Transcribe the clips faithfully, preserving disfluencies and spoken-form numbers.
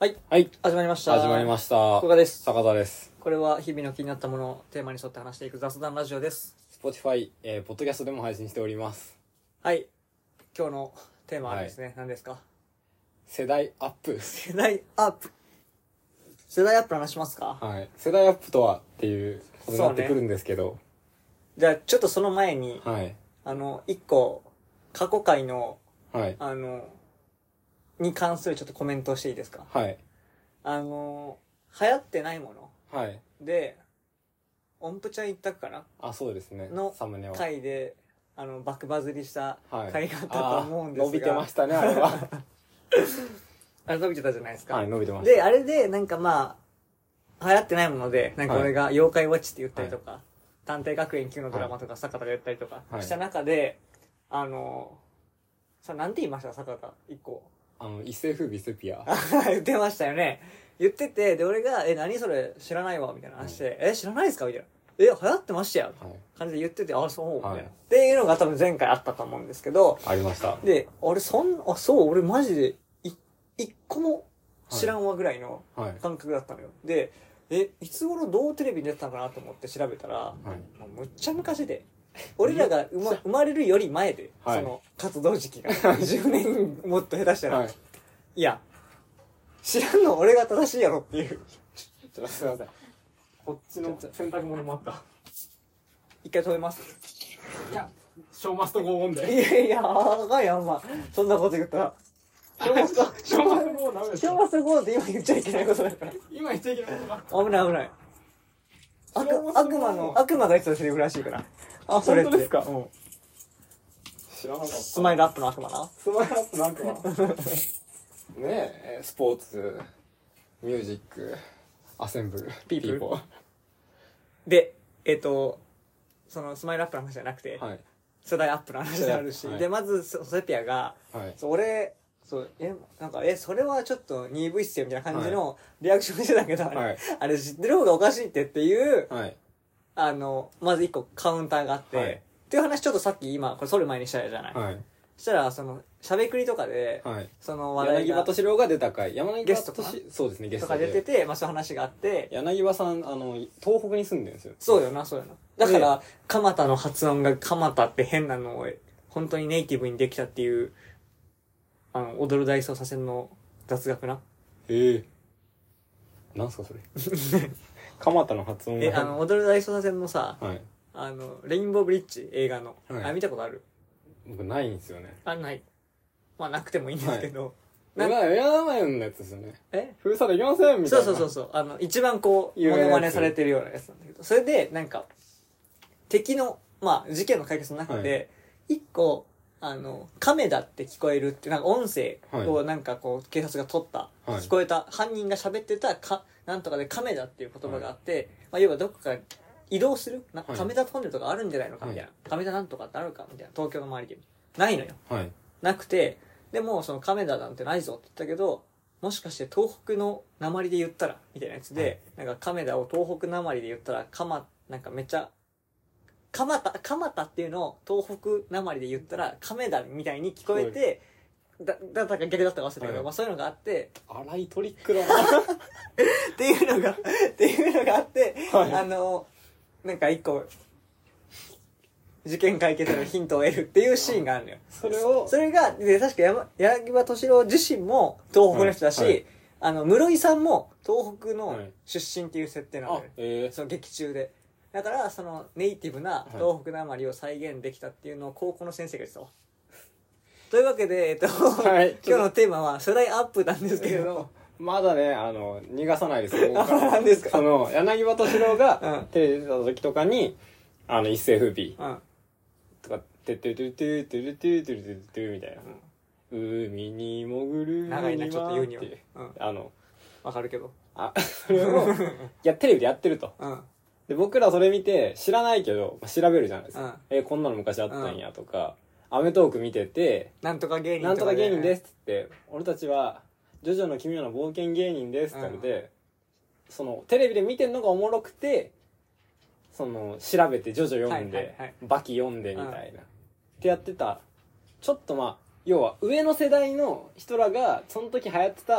はい、 はい、 始まりました。 始まりました。 ここです。 坂田です。 これは日々の気になったものをテーマに沿って話していく雑談ラジオです。 Spotify、えー、ポッドキャストでも配信しております。 はい、今日のテーマはですね、はい、何ですか？ 世代アップ。 世代アップ。世代アップの話しますか？ はい。世代アップとはっていうことになってくるんですけど。ね、 じゃあちょっとその前に、 はい、 あの一個過去回の、 はい、 あのに関するちょっとコメントをしていいですか？ はい。 あの流行ってないもの、 はい、 で音符ちゃん一択かなあ、そうですね。 のサムネは回であのバクバズりした回があったと思うんですが、 はい、伸びてましたねあれは。 あれ伸びてたじゃないですか。 はい、伸びてました。 であれでなんかまあ流行ってないものでなんか俺が妖怪ウォッチって言ったりとか、はい、探偵学園級のドラマとか坂田が言ったりとかした中で、はい、あのさなんて言いました坂田一個。 あの一世風靡セピア言ってましたよね。言ってて、で俺がえ何それ知らないわみたいな話で、うん、え知らないですかみたいな、え流行ってましたよ、はい、感じで言ってて、あそうみたいな、はい、っていうのが多分前回あったと思うんですけど、 ありました。 で俺そんあそう俺マジでい一個も知らんわぐらいの感覚だったのよ、はい、でえいつ頃どうテレビに出てたのかなと思って調べたら、はい、もうむっちゃ昔で俺らが生 ま, 生まれるより前で、はい、その活動時期がじゅうねんもっと下手したら、はい、いや知らんの俺が正しいやろっていう。 ちょっとすいません、こっちの洗濯物もあった。 一回止めます。 いやショーマストゴーオンで。 いやいやあかんやん、まあそんなこと言ったらショーマストショーマストゴーダメです。ショーマストゴーって今言っちゃいけないことだから。 今言っちゃいけないことが危ない危ない。悪悪魔の悪魔が言ってたセリフらしいから。 あ、それですか。うん。 知らなかった。スマイルアップの悪魔な。 スマイルアップの悪魔。ねえ、スポーツ、ミュージック、アセンブル、 ピーポー。で、えっと、そのスマイルアップの話じゃなくて、はい、世代アップの話であるし、はい、で、まず、セピアが、はい、そう俺、そう、え、なんか、え、それはちょっと鈍いっすよみたいな感じのリアクションしてたけど、はい、あれ知ってる方がおかしいってっていう、はい、あの、まず一個カウンターがあって、はい、っていう話ちょっとさっき今、これ撮る前にしたじゃない。はい、そしたら、その、しゃべくりとかで、はい、その話題が柳葉敏郎が出た回、柳葉敏そうですね、ゲストとか出てて、まあそういう話があって、 柳葉さん、あの、東北に住んでるんですよ。 そうよな、そうよな。だから、蒲田の発音が蒲田って変なのを、本当にネイティブにできたっていう、あの、踊る大捜査線の雑学な。 ええー。なんすかそれ。蒲田の発音が。 え、あの、踊る大捜査線のさ、はい、あの、レインボーブリッジ映画の、はい、あ、見たことある？ 僕ないんですよね。 あ、ない。まあなくてもいいんですけど。 はい、なエアマインのやつですよね。え封鎖できませんみたいな。 そうそうそうそう。あの、一番こう、モノマネされてるようなやつなんだけど。それで、なんか、敵の、まあ、事件の解決の中で、一、はい、個、あの、亀だって聞こえるって、なんか音声をなんかこう、警察が取った、はい、聞こえた、犯人が喋ってたか、なんとかで亀だっていう言葉があって、はい、まあ、要はどこか移動するな、亀田トンネルとかあるんじゃないのかみたいな。はい、亀田なんとかってあるかみたいな。東京の周りで。ないのよ。はい、なくて、でもその亀田なんてないぞって言ったけど、もしかして東北の訛りで言ったらみたいなやつで、はい、なんか亀田を東北訛りで言ったら、かま、なんかめっちゃ、蒲田、蒲田っていうのを東北訛りで言ったら、亀田みたいに聞こえて、だ、だったか逆だったか忘れたけど、はい、まあそういうのがあって、 荒いトリックだな。 っていうのが、っていうのがあって、はい、あの、なんか一個、事件解決のヒントを得るっていうシーンがあるのよ。 それを、 それが、で、確か山柳葉敏郎自身も東北の人だし、はいはい、あの、室井さんも東北の出身っていう設定なのよ。はい、えー、その劇中で。だから、そのネイティブな東北訛りを再現できたっていうのを高校の先生が言ってたわ。というわけで、えっと、はい、今日のテーマは世代アップなんですけれど、 まだね、あの、逃がさないですよ。 何ですか？ その、柳葉敏郎がテレビ出た時とかに、あの、一世風靡。うん。とか、てってるてるてるてるてるてるてるてるみたいな。海に潜る。 長いな、ちょっと言うには。 あの、 わかるけど。 あ、それを、いや、テレビでやってると。うん。で、僕らそれ見て、知らないけど、調べるじゃないですか。え、こんなの昔あったんやとか、アメトーーク見てて、 なんとか芸人なんとか芸人ですって言って、俺たちは、ジョジョの奇妙な冒険芸人ですって言われて、その、テレビで見てんのがおもろくて、その、調べてジョジョ読んで、バキ読んでみたいな。ってやってた。ちょっとまあ、要は上の世代の人らが、その時流行ってた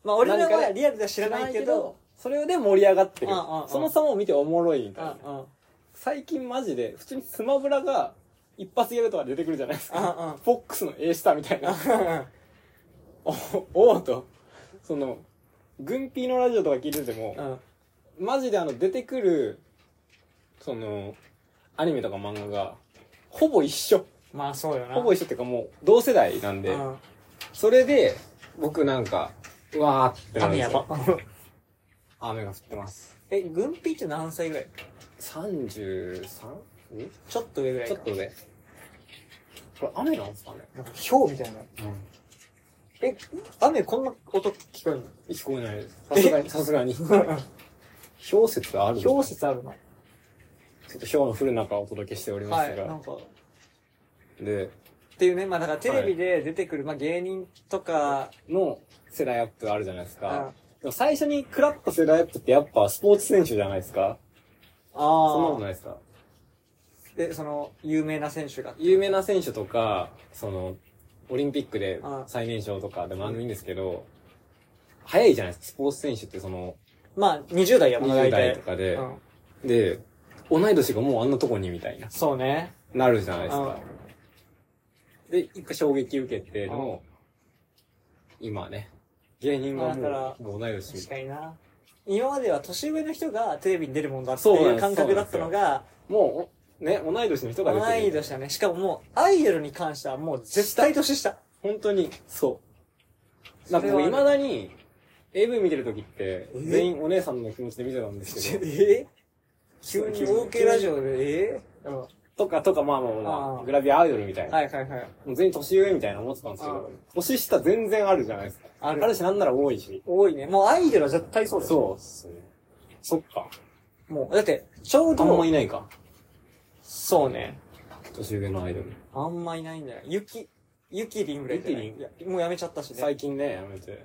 まあ俺らはリアルでは知らないけど、 それで盛り上がってる。 うんうんうんその差も見ておもろいみたいな。 うんうん最近マジで、普通にスマブラが一発ギャグとか出てくるじゃないですか。 うんうんフォックスの A 下みたいな。お、おうと。その、軍ピーのラジオとか聞いてても、 うんマジであの出てくる、その、アニメとか漫画が、ほぼ一緒。 まあそうよな。 ほぼ一緒っていうかもう同世代なんで、 うんそれで、僕なんか、うわーってなるんです雨やばよ。。雨が降ってます。 え、軍ピって何歳ぐらい？ さんじゅうさん? ちょっと上ぐらいか。 ちょっと上。これ雨なんですかね？ なんか氷みたいな。 うん。 え、雨こんな音聞こえるの？ 聞こえないです。さすがに、さすがに。氷雪あるの？ 氷雪あるの？ ちょっと氷の降る中お届けしておりますが。 はい、なんか。 で、 っていうね、まあだからテレビで出てくる、まあ芸人とか、 の世代アップあるじゃないですうんか。でも最初に食らった世代アップってやっぱスポーツ選手じゃないですか。そんなことああ。 ないですか。 で、その、有名な選手が。 有名な選手とか、その、オリンピックでうん最年少とかでも何でもいいんですけど、早いじゃないですか、スポーツ選手ってその、 まあ、にじゅう代やもんにじゅう代とかで、 うん。 で、同い年がもうあんなとこにみたいな、 そうね。 なるじゃないですか。で、一回衝撃受けての、今ね、芸人がまあだからもう、もう同い年み確たいかにな。今までは年上の人がテレビに出るもんだっていうそうなんです感覚だったのが、 な。もう、ね、同い年の人が出てる。 同い年だね。しかももう、アイドルに関してはもう絶対年下。 本当に、そう。なんかもう未だに、エーブイ 見てる時って、全員お姉さんの気持ちで見てたんですけど、 え急に オーケー ラジオで、えうんとか、とか、まあまあまあ、まあああ、グラビアアイドルみたいな。 はいはいはい。 もう全員年上みたいな思ってたんですけああど、年下全然あるじゃないですか。 あるあるし、なんなら多いし。 多いね。もうアイドルは絶対そうだよ。 そうっすね。そっか。 もう、だって、ちょうあんまどい、ないか。 そうね。 年上のアイドル。 あんまいないんじゃないゆき、ゆきりんぐらいじゃない。 ゆきりんいやもうやめちゃったしね。 最近ね、やめて。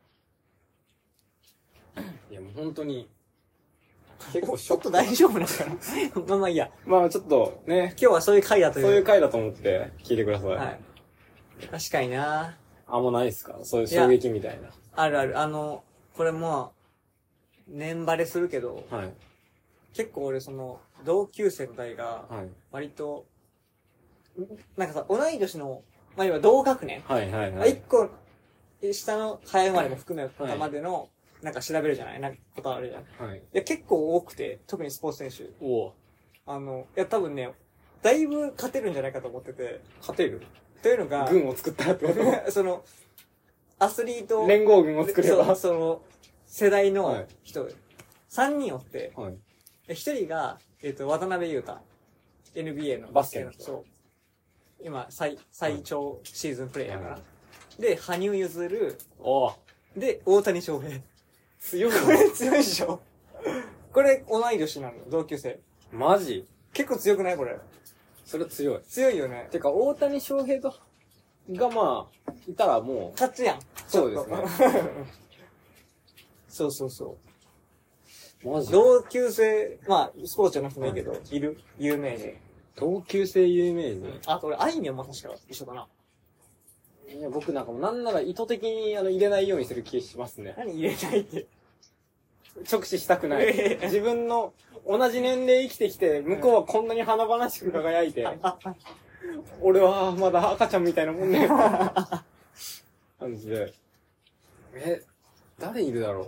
いや、もう本当に、結構ショック。 ちょっと大丈夫ですから。まあまあいいや。 まあちょっとね、 今日はそういう回だという。 そういう回だと思って聞いてください。 はい。確かにな。 あんまないっすか？そういう衝撃みたいな。 あるある。あの、これも、年バレするけど、 はい。 結構俺その、同級生の代が、 はい。 割と、なんかさ、同い年の、まあ要は同学年。 はいはいまあ、 はい。 一個、下の早生まれも含めたはいまでの、なんか調べるじゃないなんかことあるじゃん。いはい。 や、結構多くて、特にスポーツ選手。 おあの、いや、多分ね、だいぶ勝てるんじゃないかと思ってて。 勝てるというのが、 軍を作ったらってことその、アスリート、 連合軍を作れば。 そうその、世代のはい人、さんにんおって、 はい。 ひとりが、えっ、と、渡辺裕太。エヌビーエー のバスケの人そう。今、最、最長シーズンプレイヤーかな。で、羽生結弦、 おーで、大谷翔平。 強いこれ強いでしょこれ、同い年なの、同級生。 マジ結構強くないこれ。 それ強い。 強いよね。 てか、大谷翔平と、がまあ、いたらも勝ちやん。 そうですねちょっとそうそうそう。 う、マジ同級生、まあ、スポーツじゃなくてもいいけど、いる有名人。 同級生有名人。 あと俺、あいみょんも確か一緒だな。 いや、僕なんかもうなんなら意図的にあの入れないようにする気しますね。 何入れないって。 直視したくない。自分の同じ年齢生きてきて、向こうはこんなに華々しく輝いて、俺はまだ赤ちゃんみたいなもんね。感じで。え、誰いるだろう。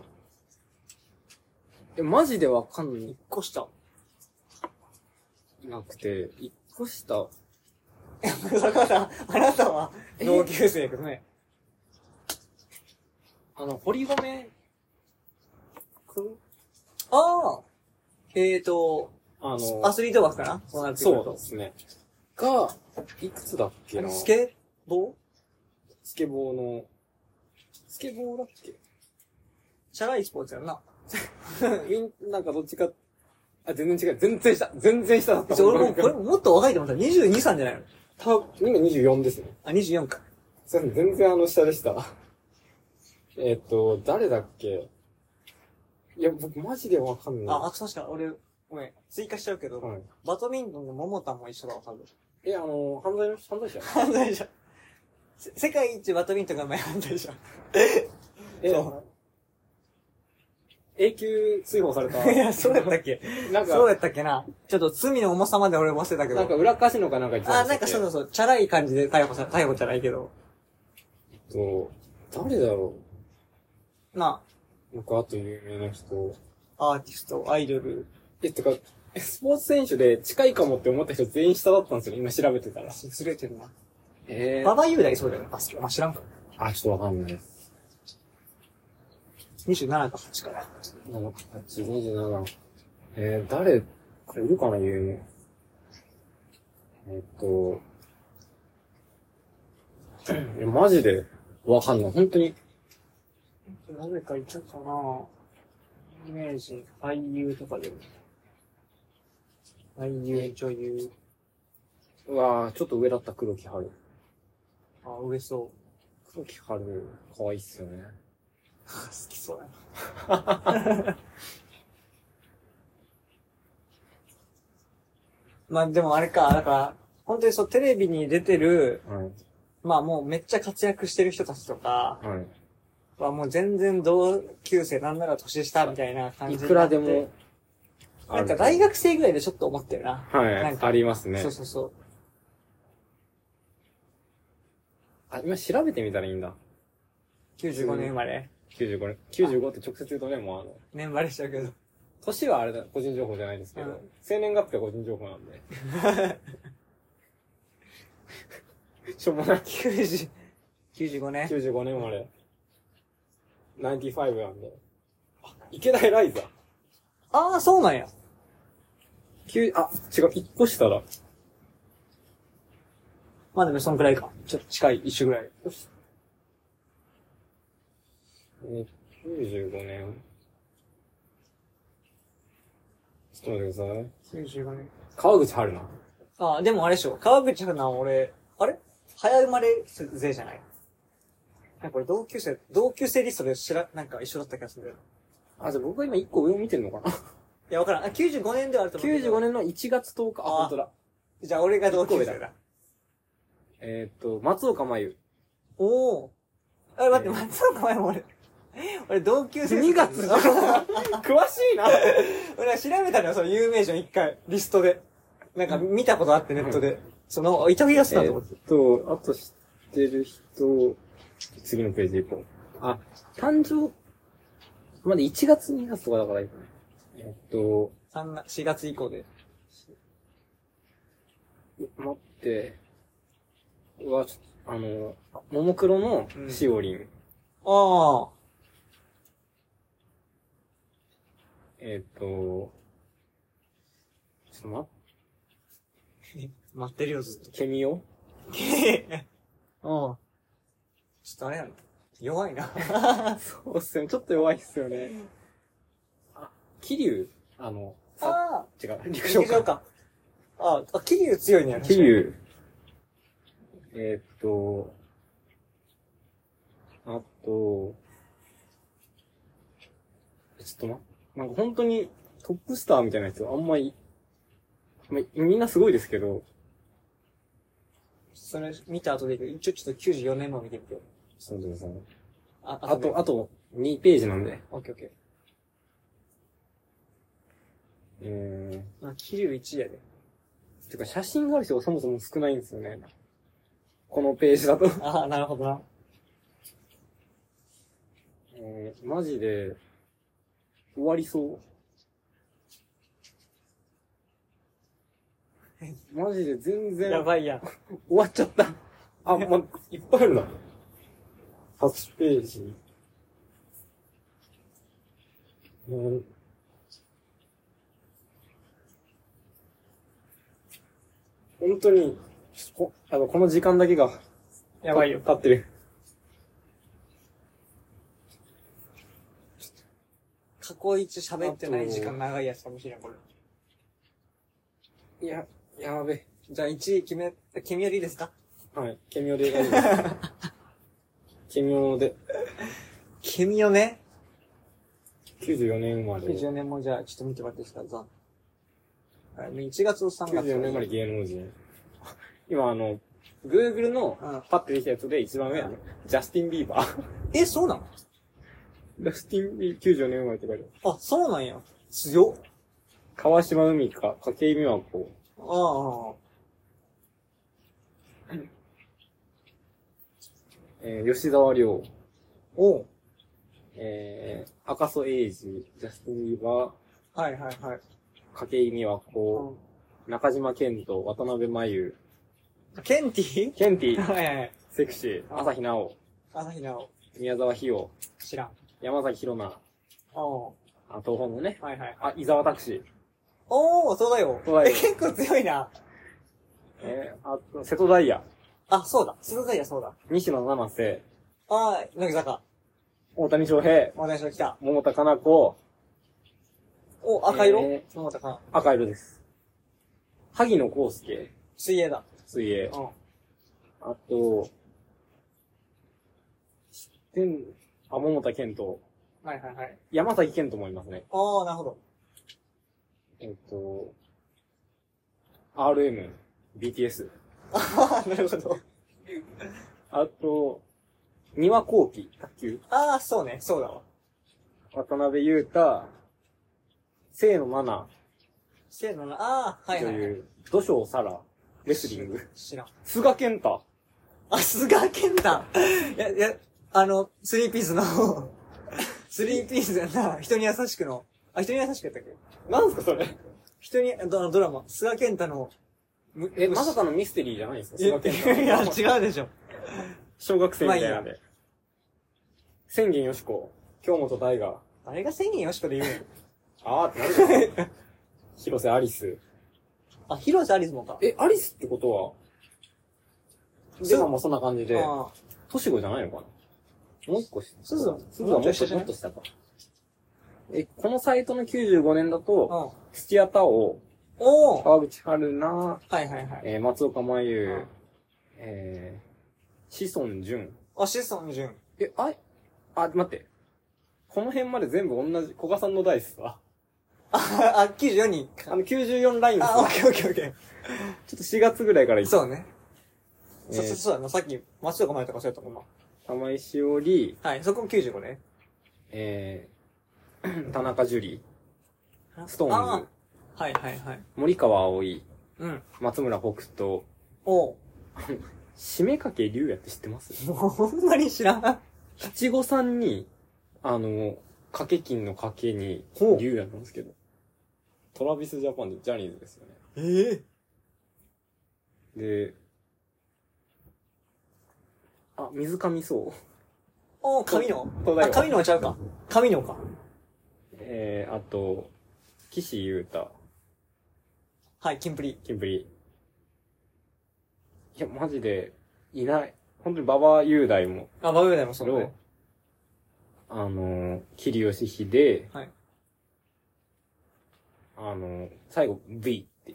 え、マジでわかんない。 一個下。 いなくて、一個下。 坂田、あなたは同級生ですね。 あの、堀米くんああえーと、 あの、 アスリート枠かなそうなってくるとそうで。すね。が、いくつだっけな。 あれスケボースケボーの、スケボーだっけチャラいスポーツやんな。 みん、なんかどっちか、あ、全然違う。全然下。全然下だった。 俺も、これもっと若いと思ったらにじゅうに、さんじゃないのた今にじゅうよんですね。 あ、にじゅうよんか。 すいません、全然あの下でした。えっと、誰だっけいや、僕マジでわかんない。 あ、あ、確か俺、ごめん、追加しちゃうけど、 はい。 バドミントンの桃田も一緒だわ、多分。 え、あの、犯罪の、犯罪者犯罪者。せ世界一バドミントンがうまい犯罪者。 えそ、 永久追放された。 いや、そうやったっけなんか、 そうやったっけな。ちょっと罪の重さまで俺忘れたけど。 なんか裏カジノかなんか言ってたあ、なんかそうそうそう、チャラい感じで逮捕さ、逮捕じゃないけど。 そう、誰だろう。なあ、なんかあと有名な人。 アーティスト、アイドル。 え、てか、スポーツ選手で近いかもって思った人全員下だったんですよ、今調べてたら。 ずれてるな。 え馬場雄大そうだよね、バスケ。まあ、知らんか。 あ、ちょっとわかんない。 にじゅうななかはちから。 なな、はち、にじゅうなな。えー、誰、これいるかな、有名。えーっと、え、マジでわかんない。本当に。 誰かいたかなイメージ、俳優とかでも。俳優、女優。 うわぁ、ちょっと上だった黒木春。 あ、上そう。 黒木春、可愛いっすよね。 好きそうやな。まあでもあれか、だから、本当にそう、テレビに出てる、 はい。 まあもうめっちゃ活躍してる人たちとかはい。 はもう全然同級生なんなら年下みたいな感じいくらでも。 なんか大学生ぐらいでちょっと思ってるな。 はい。 なんかありますね。 そうそうそう。 あ、今調べてみたらいいんだ。 きゅうじゅうごねん生まれ。 きゅうじゅうごねん。きゅうじゅうごって直接言うとね、もうあの、 年バレしちゃうけど。 年はあれだ、個人情報じゃないですけど、 うん生年月日は個人情報なんで。しょうもない。 きゅうじゅう、きゅうじゅうごねん。 きゅうじゅうごねん生まれ。ナインティファイブなんで。あ、池田エライザ。 ああ、そうなんや。 きゅう、あ、違う、いっこ下だ。 まあでもそのくらいか。ちょっと近い、一緒ぐらい。 よし。え、きゅうじゅうごねん。ちょっと待ってください。 きゅうじゅうごねん。 川口春奈。 ああ、でもあれでしょ。川口春奈は俺、あれ早生まれ勢じゃないなんかこれ同級生、同級生リストで知ら、なんか一緒だった気がするんだよ。 あ、じゃあ僕は今いっこ上を見てるのかないや、わからん。あ、きゅうじゅうごねんではあると思う。 きゅうじゅうごねんのいちがつとおか。あ、 あほんとだ。 じゃあ俺が同級生一個上だ。 えーっと、松岡真優。 おお。あれ待って、松岡前も俺、俺同級生。 にがつ詳しいな。 俺は調べたのよ、その有名人一回、リストで。なんか見たことあってネットで。その、糸木がしたと思って。 えーっと、あと知ってる人、次のページ行こう。あ、誕生、まだいちがつにがつとかだからいいかな。えーっと、 さんがしがつ以降で。 待って、うわ、ちょっと、あの、ももクロのしおりん。 ああ。 えーっと、ちょっと待って、 待ってるよ、ずっと。 ケミオけえ。うん。ちょっとあれやな。弱いな。 そうっすよね。ちょっと弱いっすよね。あ、桐生あの、 ああ。 違う。陸上か。 か。ああ、桐生強いね。 桐生。えーっと、あと、ちょっとな、なんか本当にトップスターみたいなやつあんまり、まあ、みんなすごいですけど、 それ見た後でいいけど、一応ちょっときゅうじゅうよねんも見てみてよ。 ちょっと待ってください。 あ、 あと、あとにページなんで。 オッケーオッケえー。あ、桐生いちいやで。 ー、てか写真がある人がそもそも少ないんですよね。このページだと。 ああ、なるほどな。 えー、マジで、終わりそう。マジで全然。 やばいやん。 終わっちゃった。あ、ま、いっぱいあるな。はちページ。うん、本当に、こ、あの、この時間だけが、 やばいよ。 立ってる。 過去一喋ってない時間長いやつかもしれん、これ。 いや、やべ。 じゃあいちい決め、君よりいいですかはい。ケミオで大丈夫です。ケミオで。 君よね。 きゅうじゅうよねん生まれ。 きゅうじゅうよねんもじゃあちょっと見てもらっていいですか、ざん。はい、いちがつとさんがつ。 きゅうじゅうよねん生まれ芸能人。今あの、Google のパッてできたやつで一番上、あの、ジャスティン・ビーバー。 え、そうなのラスティンビきゅうじゅうよねん生まれって書いてある。 あ、そうなんや。強っ。 川島海香、筧美和子。 ああ。 えー、吉沢亮。 おう。 えー、赤楚衛二、ジャスティン・ビーバー。はいはいはい。 筧美和子、うん、中島健人、渡辺真由。 ケンティケンティ。 はいはい。 セクシー。朝日奈央。 朝日奈央。 宮沢ひよ。 知らん。 山崎弘奈。 おう。 あ、東方のね。 はいはい。 あ、伊沢拓司。 おー、そうだよ。 そうだよ。 え、結構強いな。 えー、あと、瀬戸大也。 あ、そうだ。瀬戸大也そうだ。 西野七瀬。 あー、乃木坂。 大谷翔平。 大谷翔平来た。 桃田かな子。 お、赤色、 えー、 桃田かな。 赤色です。萩野公介。 水泳だ。 水泳。 うん。 あと、知ってん、あ、桃田健人。 はいはいはい。 山崎健人もいますね。 ああ、なるほど。 えっと、アールエム、ビーティーエス。 ああ、なるほど。 あと、丹羽幸喜、卓球。 ああ、そうね、そうだわ。 渡辺裕太、清野奈々。 清野な、ああ、はいはい、はい。 という、土性沙羅、レスリング。 知らん。 菅健太。 あ、菅健太。いや、いや、あの、スリーピースの、スリーピースやな、人に優しくの、あ、人に優しくやったっけ？ なんすかそれ。 人に、ドドラマ、菅健太の、 え、まさかのミステリーじゃないんですか菅健太。 いや、違うでしょ。 小学生みたいなんで。千元よしこ、京本大我。 誰が千元よしこで言うの？ あーってなるじゃないですか。広瀬アリス。 あ、広瀬アリスもか。 え、アリスってことは、でももうそんな感じで、年子じゃないのかなもう一個し、 すず、 すずはもっともっとしたか。え、このサイトのきゅうじゅうごねんだと、土屋太鳳、 お川口春奈、 はいはいはい。 えー、松岡真優、えー、志尊淳。 あ、志尊淳。 え、あ、あ、待って。この辺まで全部同じ、古賀さんの代っすわ。 あ、あ、きゅうじゅうよに。 あの、きゅうじゅうよんラインですあ、オッケーオッケーオッケー。 ちょっとしがつぐらいから行く。そうね。 えー、 そ、そ、そうだな。さっき、松岡前とかそうやったもんな。 玉井しおり。 はい、そこもきゅうじゅうごね。 えー、田中樹里。ストーンズ。 はいはいはい。 森川葵。 うん。 松村北斗。 おう。 締めかけ龍也って知ってますもうほんまに知らん。 七五三に、あの、掛け金の掛けに、龍也なんですけど。トラビスジャパンでジャニーズですよね。 ええー、で、あ、水上そう。 おー、神野。 あ、 神野ちゃうか。神野か。 えー、あと、岸優太。 はい、キンプリ。 キンプリ。いや、マジで、いない。本当に馬場雄大も。 あ、馬場雄大もそうね。 あの、桐吉秀。 はい。 あの、最後、V っていう。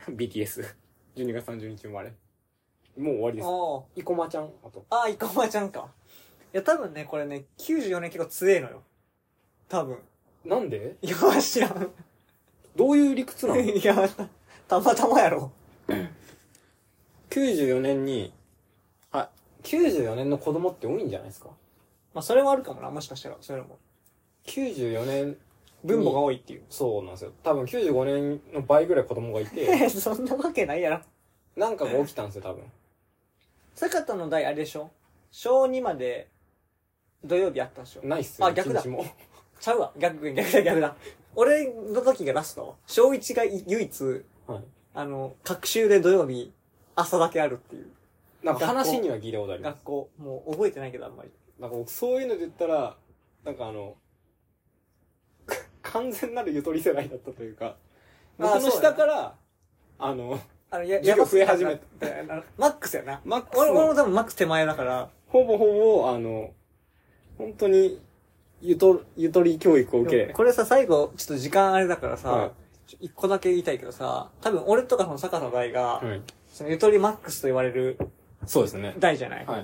ビーティーエス。じゅうにがつさんじゅうにち生まれ。もう終わりです。 ああ。 生駒ちゃん。あと。 ああ、生駒ちゃんか。いや、多分ね、これね、きゅうじゅうよねん結構強えのよ。多分。 なんでいや、知らん。 どういう理屈なのいや、た、たまたまやろ。 きゅうじゅうよねんに、あ、きゅうじゅうよねんの子供って多いんじゃないですか？ まあ、それはあるかもな、もしかしたら、それも。 きゅうじゅうよねん。 分母が多いっていう。 そうなんですよ。多分きゅうじゅうごねんの倍ぐらい子供がいて。 そんなわけないやろ。 なんかが起きたんですよ、多分。 坂田の代あれでしょ？小にまで土曜日あったでしょ？ ないっすよ。 あ、逆だ。 一日もちゃうわ。逆、逆だ、逆だ。俺の時がラスト。小いちが唯一、 はい、 あの、各週で土曜日、朝だけあるっていう。 なんか話には聞いたことあります。 学校。もう覚えてないけど、あんまり。 なんか僕そういうので言ったら、なんかあの、完全なるゆとり世代だったというか、僕の下から、あの、 あの、や、 授業増え始めた。 マックスやな。 マックス。 俺も多分マックス手前だから。 ほぼほぼ、あの、本当に、ゆと、ゆとり教育を受け。 これさ、最後、ちょっと時間あれだからさ、 はい、 一個だけ言いたいけどさ、多分俺とかその坂田大が、 はい、 そのゆとりマックスと言われる、 そうですね。 代じゃない？ はい。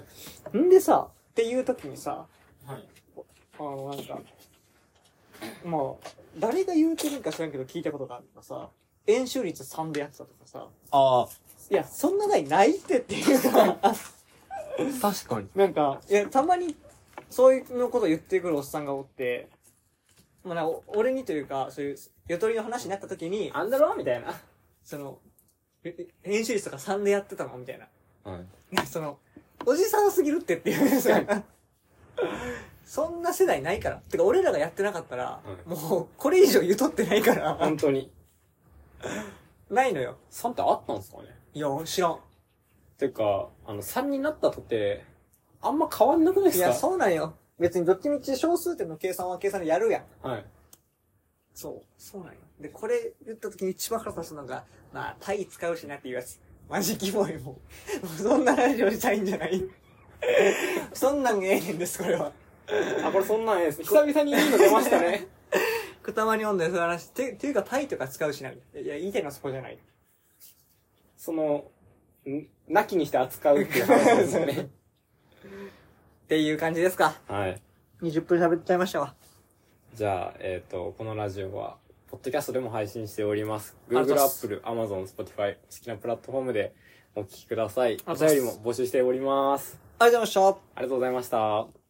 んでさ、っていう時にさ、 はい。 あの、なんか、まあ、誰が言うてるんか知らんけど聞いたことがあるのがさ、円周率さんでやってたとかさ、 ああ。 いや、そんな代ないってっていうか、 確かに。 なんか、いや、たまに、 そういうのことを言ってくるおっさんがおって、まあ、なんか俺にというか、そういう、ゆとりの話になった時に、 あんだろみたいな。 その、編集室とかさんでやってたのみたいな。 はい。 なんかその、おじさんすぎるってっていうさ、そんな世代ないから。てか俺らがやってなかったら、はい、もうこれ以上ゆとってないから。 本当に。 ないのよ。 さんってあったんですかね？ いや、知らん。 てか、あの、さんになったとて、あんま変わんなくないですか？ いや、そうなんよ。別にどっちみち小数点の計算は計算でやるやん。 はい。 そう、そうなんよ。で、これ言った時に一番腹立つのが、まあ、タイ使うしなっていうやつ。マジキモいもん。もうそんな話をしたいんじゃないそんなんええねんです、これは。 あ、これそんなんええです。久々にいいの出ましたね。 くたまに読んでそういう話。て、ていうかタイとか使うしな。いや、言いたいのはそこじゃない。 その、ん、なきにして扱うっていう話ですよね。 っていう感じですか。 はい。 にじゅっぷん喋っちゃいましたわ。 じゃあ、えっと、このラジオは、ポッドキャストでも配信しております。Google、Apple、Amazon、Spotify、好きなプラットフォームでお聞きください。お便りも募集しております。 ありがとうございました。 ありがとうございました。